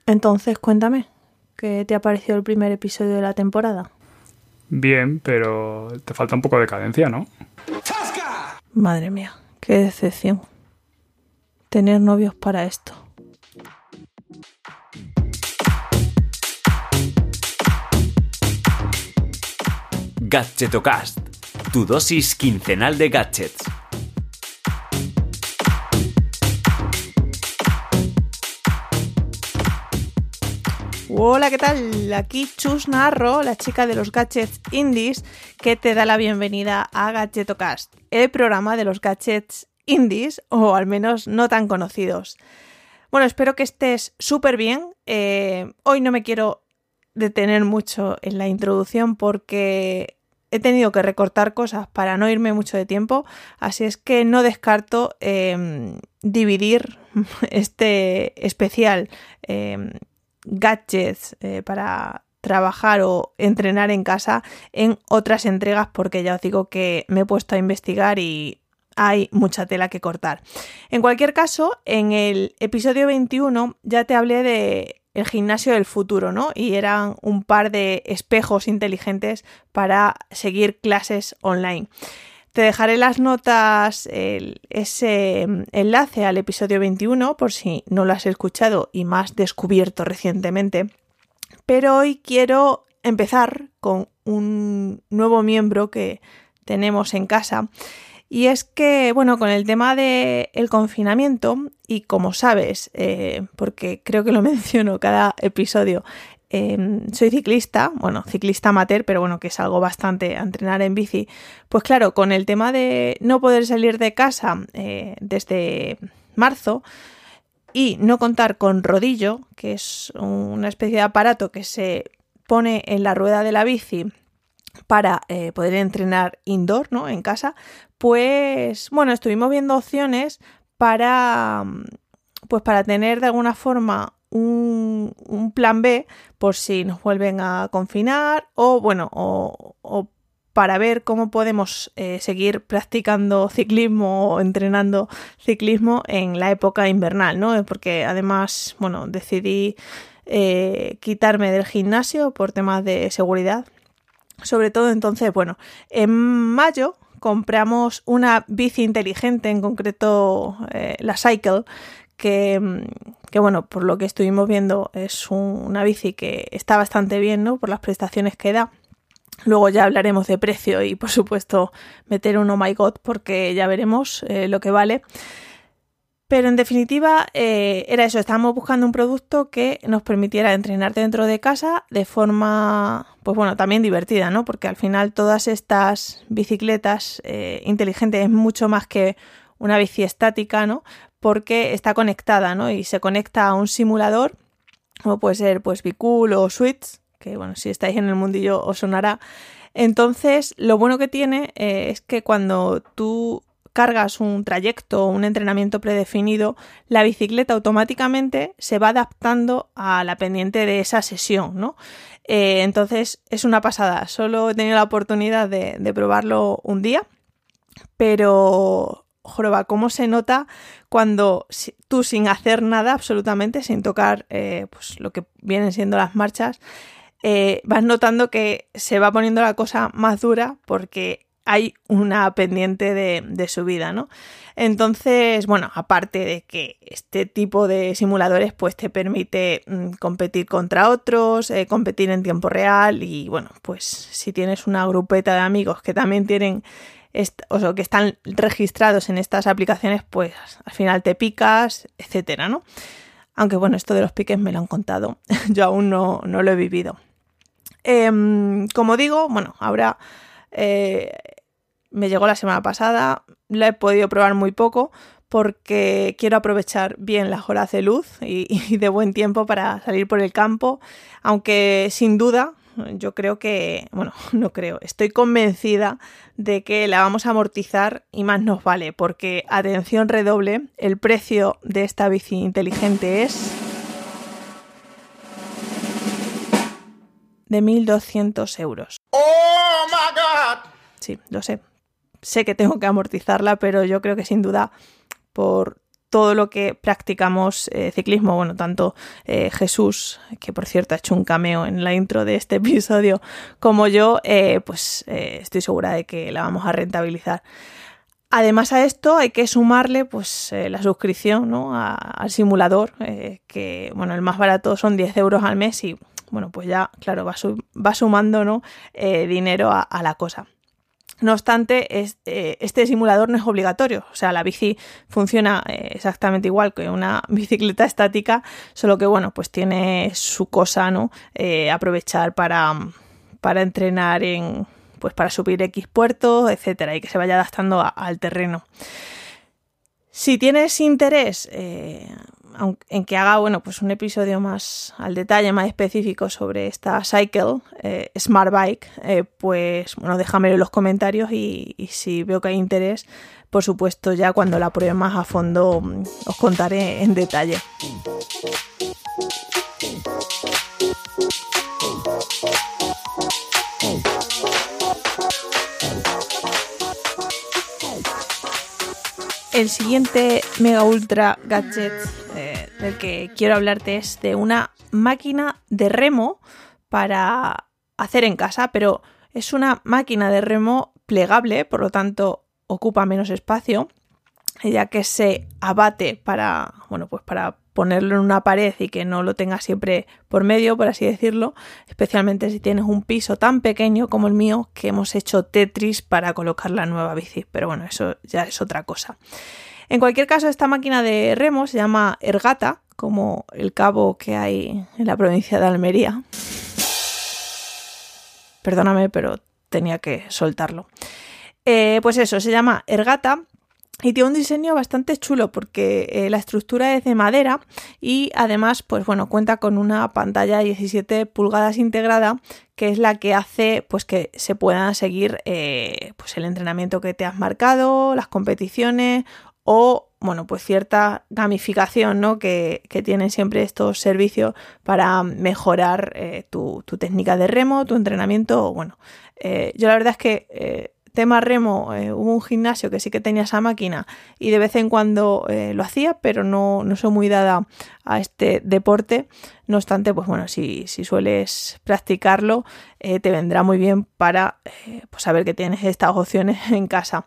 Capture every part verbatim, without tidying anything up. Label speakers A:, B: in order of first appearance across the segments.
A: Entonces, cuéntame, ¿qué te ha parecido el primer episodio de la temporada?
B: Bien, pero te falta un poco de cadencia, ¿no?
A: Madre mía, qué decepción. Tener novios para esto.
C: Gadgetocast, tu dosis quincenal de gadgets.
A: Hola, ¿qué tal? Aquí Chus Narro, la chica de los gadgets indies, que te da la bienvenida a Gadgetocast, el programa de los gadgets indies, o al menos no tan conocidos. Bueno, espero que estés súper bien. Eh, hoy no me quiero detener mucho en la introducción porque he tenido que recortar cosas para no irme mucho de tiempo, así es que no descarto eh, dividir este especial eh, gadgets eh, para trabajar o entrenar en casa en otras entregas, porque ya os digo que me he puesto a investigar y hay mucha tela que cortar. En cualquier caso, en el episodio veintiuno ya te hablé de el gimnasio del futuro, ¿no? Y eran un par de espejos inteligentes para seguir clases online. Te dejaré en las notas el, ese enlace al episodio veintiuno por si no lo has escuchado y más descubierto recientemente. Pero hoy quiero empezar con un nuevo miembro que tenemos en casa. Y es que, bueno, con el tema del confinamiento, y como sabes, eh, porque creo que lo menciono cada episodio, eh, soy ciclista, bueno, ciclista amateur, pero bueno, que es algo bastante a entrenar en bici. Pues claro, con el tema de no poder salir de casa eh, desde marzo y no contar con rodillo, que es una especie de aparato que se pone en la rueda de la bici para eh, poder entrenar indoor, ¿no? En casa, pues bueno, estuvimos viendo opciones para, pues para tener de alguna forma un, un plan B por si nos vuelven a confinar o bueno, o, o para ver cómo podemos eh, seguir practicando ciclismo o entrenando ciclismo en la época invernal, ¿no? Porque además, bueno, decidí eh, quitarme del gimnasio por temas de seguridad. Sobre todo, entonces, bueno, en mayo compramos una bici inteligente, en concreto eh, la Cycle, que, que, bueno, por lo que estuvimos viendo es un, una bici que está bastante bien, ¿no? Por las prestaciones que da. Luego ya hablaremos de precio y, por supuesto, meter un oh my god porque ya veremos eh, lo que vale. Pero en definitiva eh, era eso, estábamos buscando un producto que nos permitiera entrenar dentro de casa de forma, pues bueno, también divertida, ¿no? Porque al final todas estas bicicletas eh, inteligentes es mucho más que una bici estática, ¿no? Porque está conectada, ¿no? Y se conecta a un simulador, como puede ser pues Bicool o Switch, que bueno, si estáis en el mundillo os sonará. Entonces, lo bueno que tiene eh, es que cuando tú cargas un trayecto o un entrenamiento predefinido, la bicicleta automáticamente se va adaptando a la pendiente de esa sesión, ¿no? Eh, entonces es una pasada. Solo he tenido la oportunidad de, de probarlo un día, pero joroba, cómo se nota cuando tú sin hacer nada absolutamente, sin tocar eh, pues lo que vienen siendo las marchas, eh, vas notando que se va poniendo la cosa más dura porque hay una pendiente de, de subida, ¿no? Entonces, bueno, aparte de que este tipo de simuladores pues te permite mmm, competir contra otros, eh, competir en tiempo real y, bueno, pues si tienes una grupeta de amigos que también tienen, est- o sea, que están registrados en estas aplicaciones, pues al final te picas, etcétera, ¿no? Aunque, bueno, esto de los piques me lo han contado, yo aún no, no lo he vivido. Eh, como digo, bueno, ahora... Eh, me llegó la semana pasada, la he podido probar muy poco porque quiero aprovechar bien las horas de luz y, y de buen tiempo para salir por el campo, aunque sin duda yo creo que, bueno, no creo, estoy convencida de que la vamos a amortizar y más nos vale, porque, atención redoble, el precio de esta bici inteligente es de mil doscientos euros.
D: ¡Oh, my God!
A: Sí, lo sé. Sé que tengo que amortizarla, pero yo creo que sin duda, por todo lo que practicamos eh, ciclismo, bueno, tanto eh, Jesús, que por cierto ha hecho un cameo en la intro de este episodio, como yo, eh, pues eh, estoy segura de que la vamos a rentabilizar. Además a esto hay que sumarle pues eh, la suscripción, ¿no? a, al simulador, eh, que bueno, el más barato son diez euros al mes y bueno, pues ya, claro, va, su- va sumando, ¿no? eh, dinero a, a la cosa. No obstante, es, eh, este simulador no es obligatorio, o sea, la bici funciona eh, exactamente igual que una bicicleta estática, solo que, bueno, pues tiene su cosa, ¿no? Eh, aprovechar para, para entrenar en, pues para subir X puertos, etcétera, y que se vaya adaptando a, al terreno. Si tienes interés eh, en que haga, bueno, pues un episodio más al detalle, más específico sobre esta Cycle eh, Smart Bike, eh, pues bueno, déjamelo en los comentarios y, y si veo que hay interés, por supuesto, ya cuando la pruebe más a fondo os contaré en detalle. El siguiente mega ultra gadget eh, del que quiero hablarte es de una máquina de remo para hacer en casa, pero es una máquina de remo plegable, por lo tanto ocupa menos espacio, ya que se abate para, bueno, pues para ponerlo en una pared y que no lo tengas siempre por medio, por así decirlo, especialmente si tienes un piso tan pequeño como el mío, que hemos hecho Tetris para colocar la nueva bici, pero bueno, eso ya es otra cosa. En cualquier caso, esta máquina de remo se llama Ergata, como el cabo que hay en la provincia de Almería. Perdóname, pero tenía que soltarlo. Eh, pues eso, se llama Ergata. Y tiene un diseño bastante chulo porque eh, la estructura es de madera y además, pues bueno, cuenta con una pantalla de diecisiete pulgadas integrada, que es la que hace pues que se puedan seguir eh, pues el entrenamiento que te has marcado, las competiciones o bueno, pues cierta gamificación, ¿no? que, que tienen siempre estos servicios para mejorar eh, tu, tu técnica de remo, tu entrenamiento. Bueno, eh, yo la verdad es que eh, tema remo, eh, hubo un gimnasio que sí que tenía esa máquina y de vez en cuando eh, lo hacía, pero no, no soy muy dada a este deporte. No obstante, pues bueno, si, si sueles practicarlo, eh, te vendrá muy bien para eh, pues saber que tienes estas opciones en casa.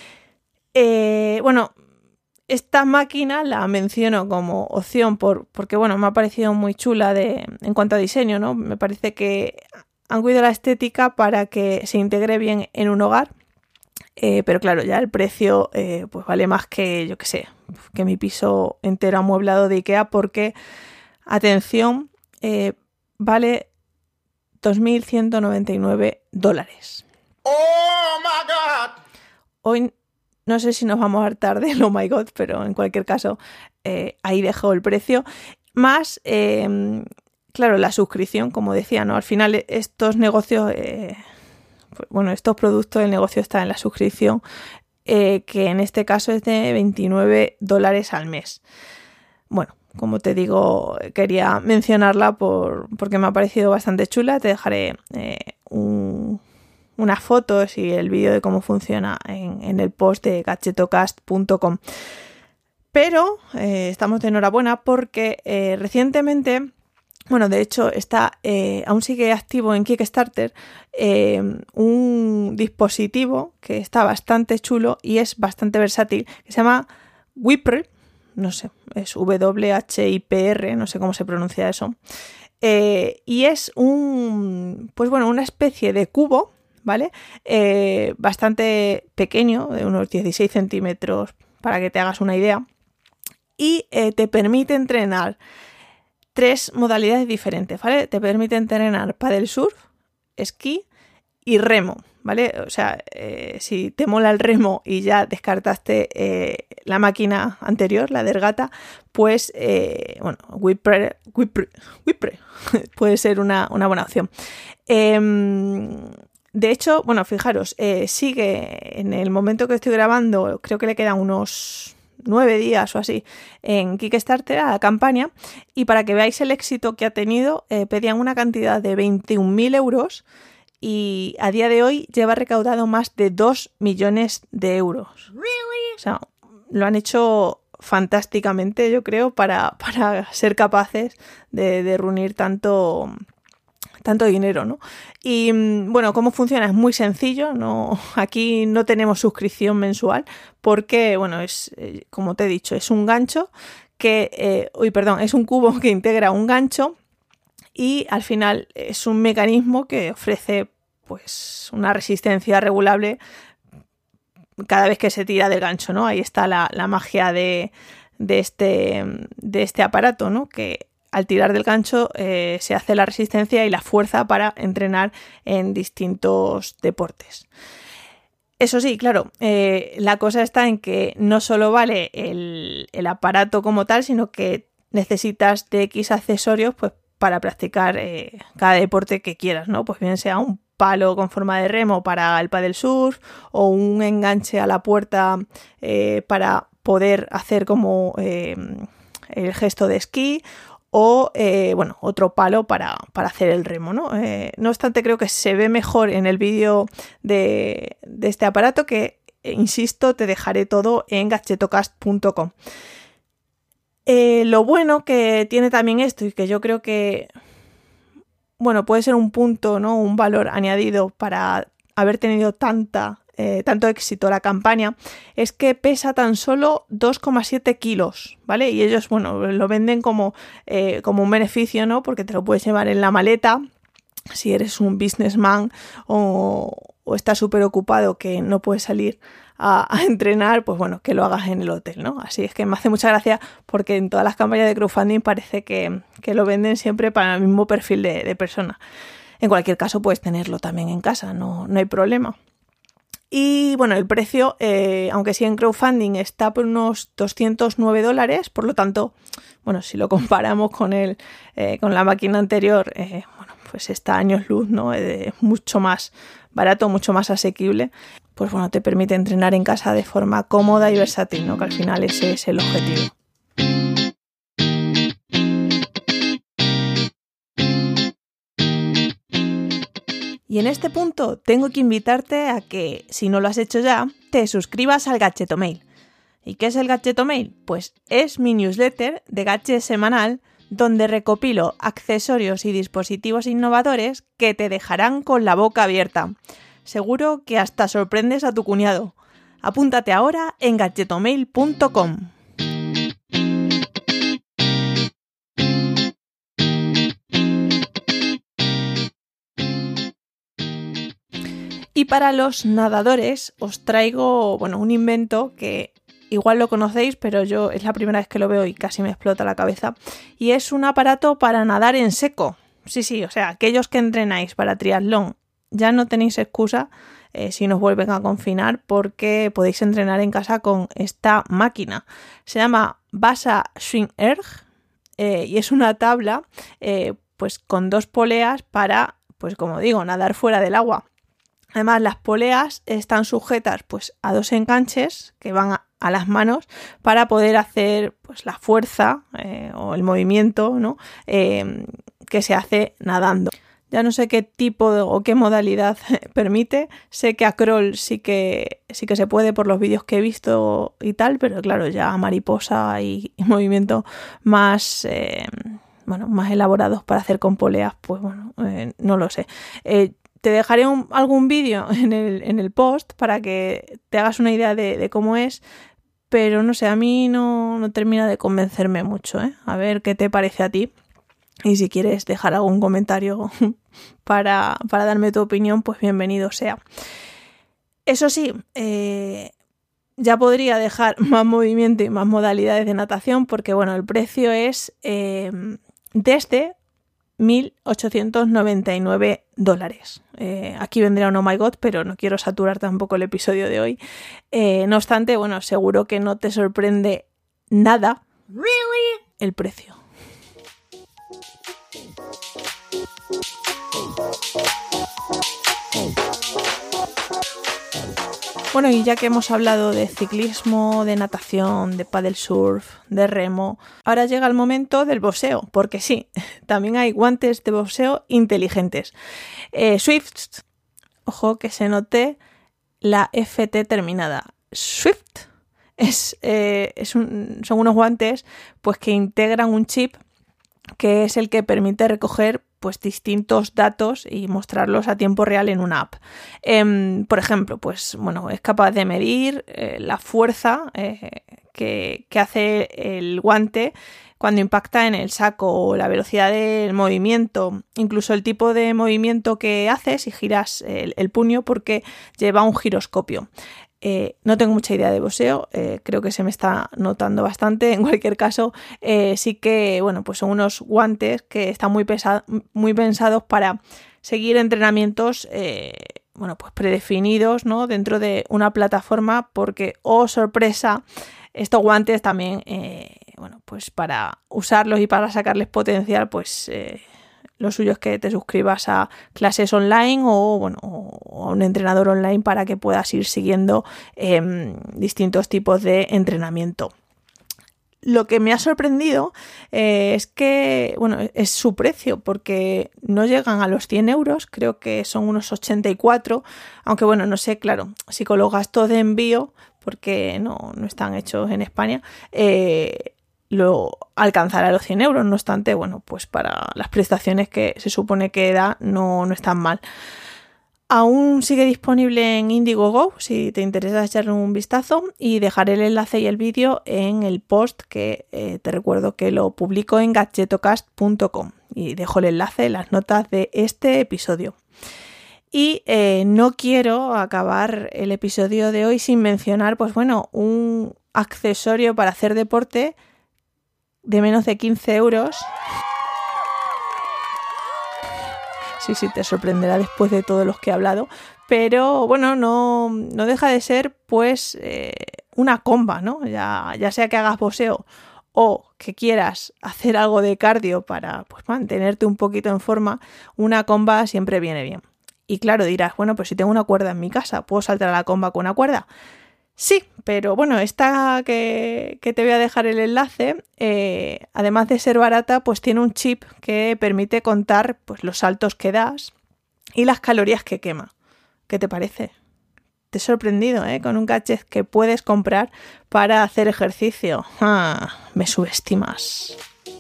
A: Eh, bueno, esta máquina la menciono como opción por, porque bueno, me ha parecido muy chula de, en cuanto a diseño, ¿no? Me parece que han cuidado la estética para que se integre bien en un hogar. Eh, pero claro, ya el precio eh, pues vale más que, yo qué sé, que mi piso entero amueblado de Ikea porque, atención, eh, vale dos mil ciento noventa y nueve dólares.
D: Oh my God.
A: Hoy no sé si nos vamos a hartar del oh my God, pero en cualquier caso eh, ahí dejo el precio. Más, eh, claro, la suscripción, como decía, ¿no? Al final estos negocios... Eh, Bueno, estos productos, el negocio está en la suscripción, eh, que en este caso es de veintinueve dólares al mes. Bueno, como te digo, quería mencionarla por, porque me ha parecido bastante chula. Te dejaré eh, un, unas fotos y el vídeo de cómo funciona en, en el post de gadgetocast punto com. Pero eh, estamos de enhorabuena porque eh, recientemente... Bueno, de hecho, está eh, aún sigue activo en Kickstarter eh, un dispositivo que está bastante chulo y es bastante versátil, que se llama Whipper, no sé, es W H I P R, no sé cómo se pronuncia eso, eh, y es un, pues bueno, una especie de cubo, ¿vale? Eh, bastante pequeño, de unos dieciséis centímetros, para que te hagas una idea, y eh, te permite entrenar tres modalidades diferentes, ¿vale? Te permite entrenar paddle surf, esquí y remo, ¿vale? O sea, eh, si te mola el remo y ya descartaste eh, la máquina anterior, la de Ergata, pues, eh, bueno, Whipper, Whipper, Whipper puede ser una, una buena opción. Eh, de hecho, bueno, fijaros, eh, sigue en el momento que estoy grabando, creo que le quedan unos... nueve días o así en Kickstarter a la campaña, y para que veáis el éxito que ha tenido, eh, pedían una cantidad de veintiún mil euros y a día de hoy lleva recaudado más de dos millones de euros. ¿Really? O sea, lo han hecho fantásticamente, yo creo, para, para ser capaces de, de reunir tanto... tanto dinero, ¿no? Y bueno, ¿cómo funciona? Es muy sencillo, no, aquí no tenemos suscripción mensual porque, bueno, es, eh, como te he dicho, es un gancho que, eh, uy, perdón, es un cubo que integra un gancho y al final es un mecanismo que ofrece, pues, una resistencia regulable cada vez que se tira del gancho, ¿no? Ahí está la, la magia de, de, este, de este aparato, ¿no? Que al tirar del gancho eh, se hace la resistencia y la fuerza para entrenar en distintos deportes. Eso sí, claro, eh, la cosa está en que no solo vale el, el aparato como tal, sino que necesitas de X accesorios pues, para practicar eh, cada deporte que quieras, ¿no? Pues bien sea un palo con forma de remo para el paddle surf o un enganche a la puerta eh, para poder hacer como eh, el gesto de esquí, o eh, bueno, otro palo para, para hacer el remo, ¿no? Eh, no obstante, creo que se ve mejor en el vídeo de, de este aparato que, eh, insisto, te dejaré todo en gadgetocast punto com. Eh, lo bueno que tiene también esto, y que yo creo que, bueno, puede ser un punto, ¿no? Un valor añadido para haber tenido tanta... Eh, tanto éxito la campaña, es que pesa tan solo dos coma siete kilos, ¿vale? Y ellos, bueno, lo venden como, eh, como un beneficio, ¿no? Porque te lo puedes llevar en la maleta si eres un businessman o, o estás súper ocupado que no puedes salir a, a entrenar, pues bueno, que lo hagas en el hotel, ¿no? Así es que me hace mucha gracia porque en todas las campañas de crowdfunding parece que, que lo venden siempre para el mismo perfil de, de persona. En cualquier caso, puedes tenerlo también en casa, no, no hay problema. Y bueno, el precio, eh, aunque sí en crowdfunding, está por unos doscientos nueve dólares, por lo tanto, bueno, si lo comparamos con el eh, con la máquina anterior, eh, bueno, pues está años luz, ¿no? Eh, mucho más barato, mucho más asequible. Pues bueno, te permite entrenar en casa de forma cómoda y versátil, ¿no? Que al final ese es el objetivo. Y en este punto tengo que invitarte a que, si no lo has hecho ya, te suscribas al Gadgetomail. ¿Y qué es el Gadgetomail? Pues es mi newsletter de gadgets semanal donde recopilo accesorios y dispositivos innovadores que te dejarán con la boca abierta. Seguro que hasta sorprendes a tu cuñado. Apúntate ahora en gadgetomail punto com. Y para los nadadores os traigo, bueno, un invento que igual lo conocéis, pero yo es la primera vez que lo veo y casi me explota la cabeza. Y es un aparato para nadar en seco. Sí, sí, o sea, aquellos que entrenáis para triatlón ya no tenéis excusa eh, si nos vuelven a confinar porque podéis entrenar en casa con esta máquina. Se llama Vasa Swim Erg eh, y es una tabla eh, pues con dos poleas para, pues como digo, nadar fuera del agua. Además, las poleas están sujetas pues, a dos enganches que van a, a las manos para poder hacer pues, la fuerza eh, o el movimiento, ¿no? eh, que se hace nadando. Ya no sé qué tipo de, o qué modalidad permite. Sé que a crawl sí que, sí que se puede por los vídeos que he visto y tal, pero claro, ya mariposa y, y movimiento más... Eh, bueno, más elaborados para hacer con poleas, pues bueno, eh, no lo sé. Eh, Te dejaré un, algún vídeo en el, en el post para que te hagas una idea de, de cómo es, pero no sé, a mí no, no termina de convencerme mucho, ¿eh? A ver qué te parece a ti y si quieres dejar algún comentario para, para darme tu opinión, pues bienvenido sea. Eso sí, eh, ya podría dejar más movimiento y más modalidades de natación porque, bueno, el precio es eh, desde mil ochocientos noventa y nueve dólares. Eh, aquí vendría un oh my god, pero no quiero saturar tampoco el episodio de hoy. Eh, no obstante, bueno, seguro que no te sorprende nada ¿Really? El precio. Bueno, y ya que hemos hablado de ciclismo, de natación, de paddle surf, de remo, ahora llega el momento del boxeo, porque sí, también hay guantes de boxeo inteligentes. Eh, Swift, ojo que se note la F T terminada. Swift es, eh, es un, son unos guantes pues que integran un chip que es el que permite recoger pues distintos datos y mostrarlos a tiempo real en una app. Eh, por ejemplo, pues bueno, es capaz de medir eh, la fuerza eh, que, que hace el guante cuando impacta en el saco, o la velocidad del movimiento, incluso el tipo de movimiento que haces si giras el, el puño, porque lleva un giroscopio. Eh, no tengo mucha idea de boxeo, eh, creo que se me está notando bastante. En cualquier caso, eh, sí que bueno, pues son unos guantes que están muy, pesa- muy pensados para seguir entrenamientos eh, bueno, pues predefinidos, ¿no? Dentro de una plataforma, porque, oh sorpresa, estos guantes también, eh, bueno, pues para usarlos y para sacarles potencial, pues eh, lo suyo es que te suscribas a clases online o, bueno, o a un entrenador online para que puedas ir siguiendo eh, distintos tipos de entrenamiento. Lo que me ha sorprendido eh, es que, bueno, es su precio, porque no llegan a los cien euros, creo que son unos ochenta y cuatro, aunque bueno, no sé, claro, si con los gastos de envío, porque no, no están hechos en España, eh, lo alcanzará los cien euros. No obstante, bueno, pues para las prestaciones que se supone que da no, no están mal. Aún sigue disponible en Indiegogo si te interesa echarle un vistazo, y dejaré el enlace y el vídeo en el post que eh, te recuerdo que lo publico en gadgetocast punto com, y dejo el enlace en las notas de este episodio. Y eh, no quiero acabar el episodio de hoy sin mencionar, pues bueno, un accesorio para hacer deporte de menos de quince euros. Sí, sí, te sorprenderá después de todos los que he hablado, pero bueno, no, no deja de ser pues eh, una comba, ¿no? Ya, ya sea que hagas boxeo o que quieras hacer algo de cardio para pues mantenerte un poquito en forma, una comba siempre viene bien. Y claro, dirás, bueno, pues si tengo una cuerda en mi casa, ¿puedo saltar a la comba con una cuerda? Sí, pero bueno, esta que, que te voy a dejar el enlace, eh, además de ser barata, pues tiene un chip que permite contar pues, los saltos que das y las calorías que quema. ¿Qué te parece? Te he sorprendido, ¿eh? Con un gadget que puedes comprar para hacer ejercicio. Ah, me subestimas.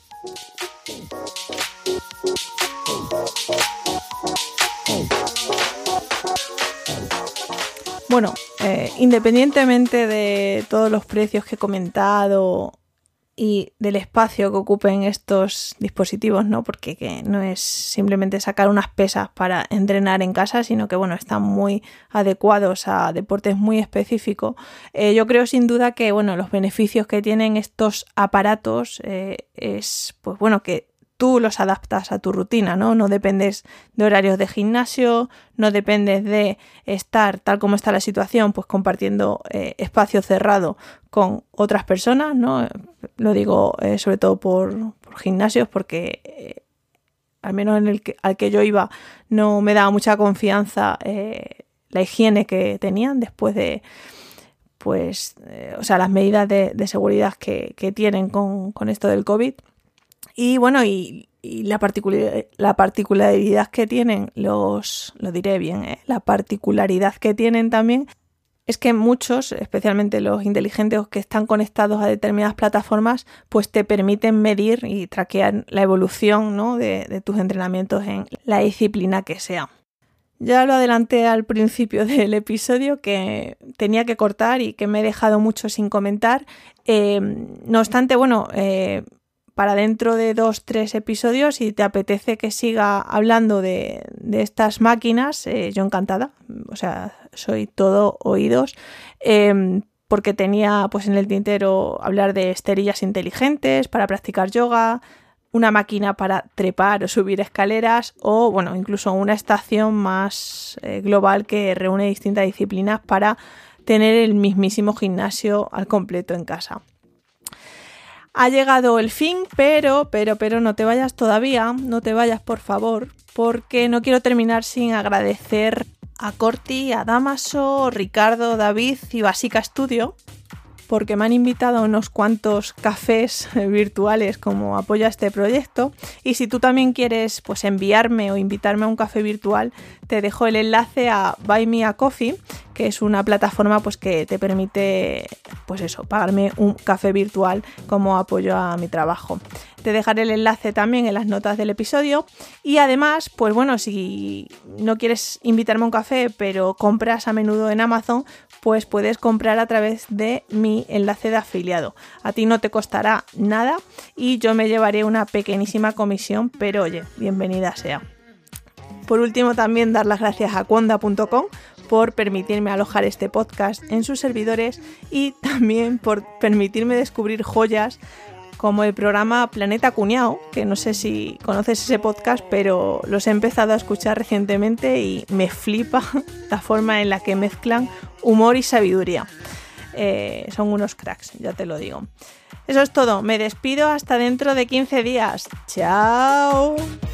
A: Bueno, eh, independientemente de todos los precios que he comentado y del espacio que ocupen estos dispositivos, ¿no? Porque que no es simplemente sacar unas pesas para entrenar en casa, sino que bueno, están muy adecuados a deportes muy específicos. Eh, yo creo sin duda que bueno, los beneficios que tienen estos aparatos eh, es pues bueno que tú los adaptas a tu rutina, ¿no? No dependes de horarios de gimnasio, no dependes de estar, tal como está la situación, pues compartiendo eh, espacio cerrado con otras personas, ¿no? Lo digo eh, sobre todo por, por gimnasios, porque eh, al menos en el que, al que yo iba no me daba mucha confianza eh, la higiene que tenían después de, pues, eh, o sea, las medidas de, de seguridad que, que tienen con, con esto del COVID. Y bueno, y, y la, particular, la particularidad que tienen los, lo diré bien, ¿eh? La particularidad que tienen también es que muchos, especialmente los inteligentes que están conectados a determinadas plataformas, pues te permiten medir y traquear la evolución, ¿no? de, de tus entrenamientos en la disciplina que sea. Ya lo adelanté al principio del episodio que tenía que cortar y que me he dejado mucho sin comentar. Eh, no obstante, bueno, eh, para dentro de dos, tres episodios, si te apetece que siga hablando de, de estas máquinas, eh, yo encantada, o sea, soy todo oídos, eh, porque tenía pues en el tintero hablar de esterillas inteligentes para practicar yoga, una máquina para trepar o subir escaleras, o bueno, incluso una estación más eh, global que reúne distintas disciplinas para tener el mismísimo gimnasio al completo en casa. Ha llegado el fin, pero, pero, pero no te vayas todavía, no te vayas por favor, porque no quiero terminar sin agradecer a Corti, a Damaso, Ricardo, David y Basica Studio, porque me han invitado a unos cuantos cafés virtuales como apoyo a este proyecto. Y si tú también quieres pues enviarme o invitarme a un café virtual, te dejo el enlace a Buy Me a Coffee, que es una plataforma pues que te permite, pues eso, pagarme un café virtual como apoyo a mi trabajo. Te dejaré el enlace también en las notas del episodio y además, pues bueno, si no quieres invitarme a un café pero compras a menudo en Amazon, pues puedes comprar a través de mi enlace de afiliado. A ti no te costará nada y yo me llevaré una pequeñísima comisión, pero oye, bienvenida sea. Por último, también dar las gracias a cuonda punto com por permitirme alojar este podcast en sus servidores y también por permitirme descubrir joyas como el programa Planeta Cuñao, que no sé si conoces ese podcast, pero los he empezado a escuchar recientemente y me flipa la forma en la que mezclan humor y sabiduría. Eh, son unos cracks, ya te lo digo. Eso es todo, me despido hasta dentro de quince días. ¡Chao!